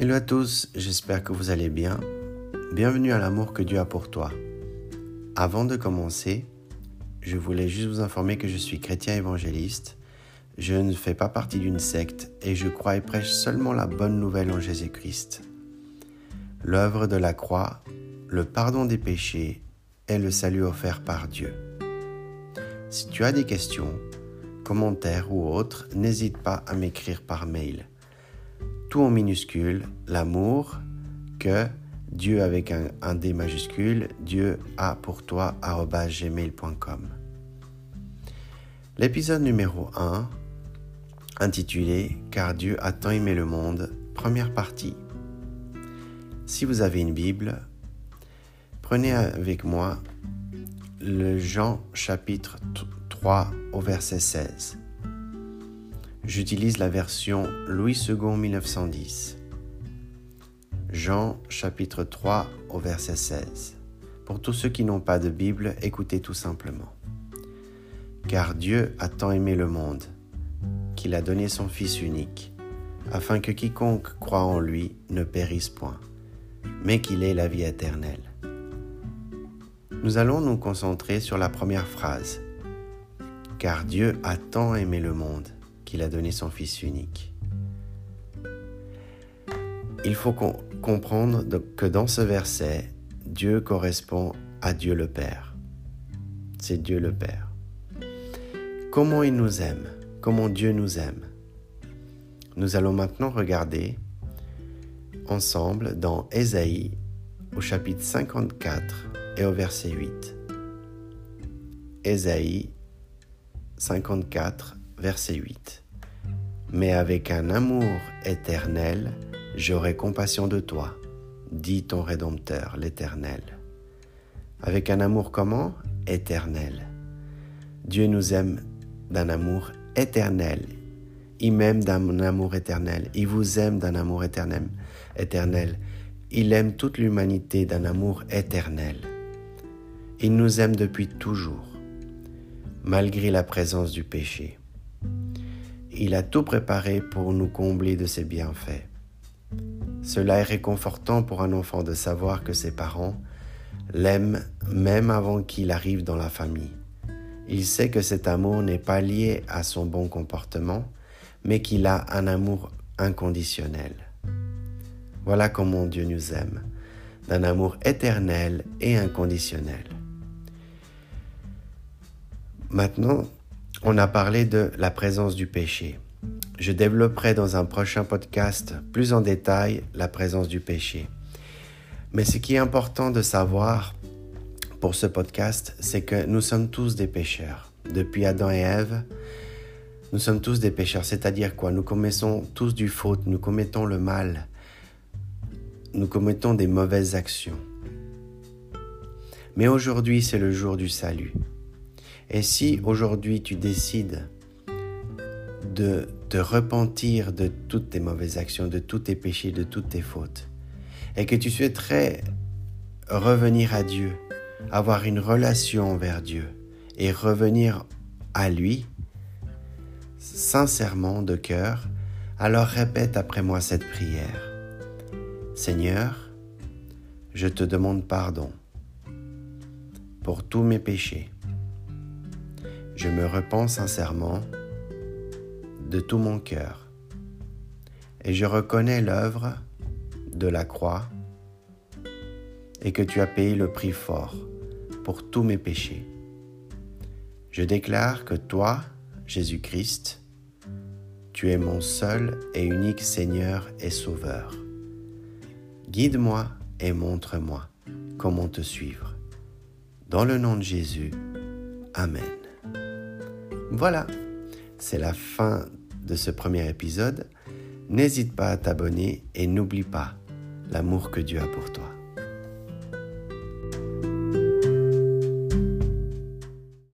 Hello à tous, j'espère que vous allez bien. Bienvenue à l'amour que Dieu a pour toi. Avant de commencer, je voulais juste vous informer que je suis chrétien évangéliste. Je ne fais pas partie d'une secte et je crois et prêche seulement la bonne nouvelle en Jésus-Christ. L'œuvre de la croix, le pardon des péchés et le salut offert par Dieu. Si tu as des questions, commentaires ou autres, n'hésite pas à m'écrire par mail. Tout en minuscule, l'amour que Dieu avec un D majuscule, Dieu a pour toi @gmail.com. L'épisode numéro 1, intitulé « Car Dieu a tant aimé le monde », première partie. Si vous avez une Bible, prenez avec moi le Jean chapitre 3 au verset 16. J'utilise la version Louis II 1910. Jean chapitre 3 au verset 16. Pour tous ceux qui n'ont pas de Bible, écoutez tout simplement. Car Dieu a tant aimé le monde, qu'il a donné son Fils unique, afin que quiconque croit en lui ne périsse point, mais qu'il ait la vie éternelle. Nous allons nous concentrer sur la première phrase. Car Dieu a tant aimé le monde, qu'il a donné son Fils unique. Il faut comprendre que dans ce verset, Dieu correspond à Dieu le Père. C'est Dieu le Père. Comment il nous aime? Comment Dieu nous aime? Nous allons maintenant regarder ensemble dans Ésaïe au chapitre 54 et au verset 8. Ésaïe 54, verset 8. Mais avec un amour éternel, j'aurai compassion de toi, dit ton Rédempteur, l'Éternel. Avec un amour comment? Éternel. Dieu nous aime d'un amour éternel. Il m'aime d'un amour éternel. Il vous aime d'un amour éternel. Il aime toute l'humanité d'un amour éternel. Il nous aime depuis toujours, malgré la présence du péché. Il a tout préparé pour nous combler de ses bienfaits. Cela est réconfortant pour un enfant de savoir que ses parents l'aiment même avant qu'il arrive dans la famille. Il sait que cet amour n'est pas lié à son bon comportement, mais qu'il a un amour inconditionnel. Voilà comment Dieu nous aime, d'un amour éternel et inconditionnel. Maintenant, on a parlé de la présence du péché. Je développerai dans un prochain podcast plus en détail la présence du péché. Mais ce qui est important de savoir pour ce podcast, c'est que nous sommes tous des pécheurs. Depuis Adam et Ève, nous sommes tous des pécheurs. C'est-à-dire quoi? Nous commettons tous du faute, nous commettons le mal, nous commettons des mauvaises actions. Mais aujourd'hui, c'est le jour du salut. Et si aujourd'hui tu décides de te repentir de toutes tes mauvaises actions, de tous tes péchés, de toutes tes fautes, et que tu souhaiterais revenir à Dieu, avoir une relation envers Dieu et revenir à lui, sincèrement de cœur, alors répète après moi cette prière. Seigneur, je te demande pardon pour tous mes péchés. Je me repens sincèrement de tout mon cœur et je reconnais l'œuvre de la croix et que tu as payé le prix fort pour tous mes péchés. Je déclare que toi, Jésus-Christ, tu es mon seul et unique Seigneur et Sauveur. Guide-moi et montre-moi comment te suivre. Dans le nom de Jésus, Amen. Voilà, c'est la fin de ce premier épisode. N'hésite pas à t'abonner et n'oublie pas l'amour que Dieu a pour toi.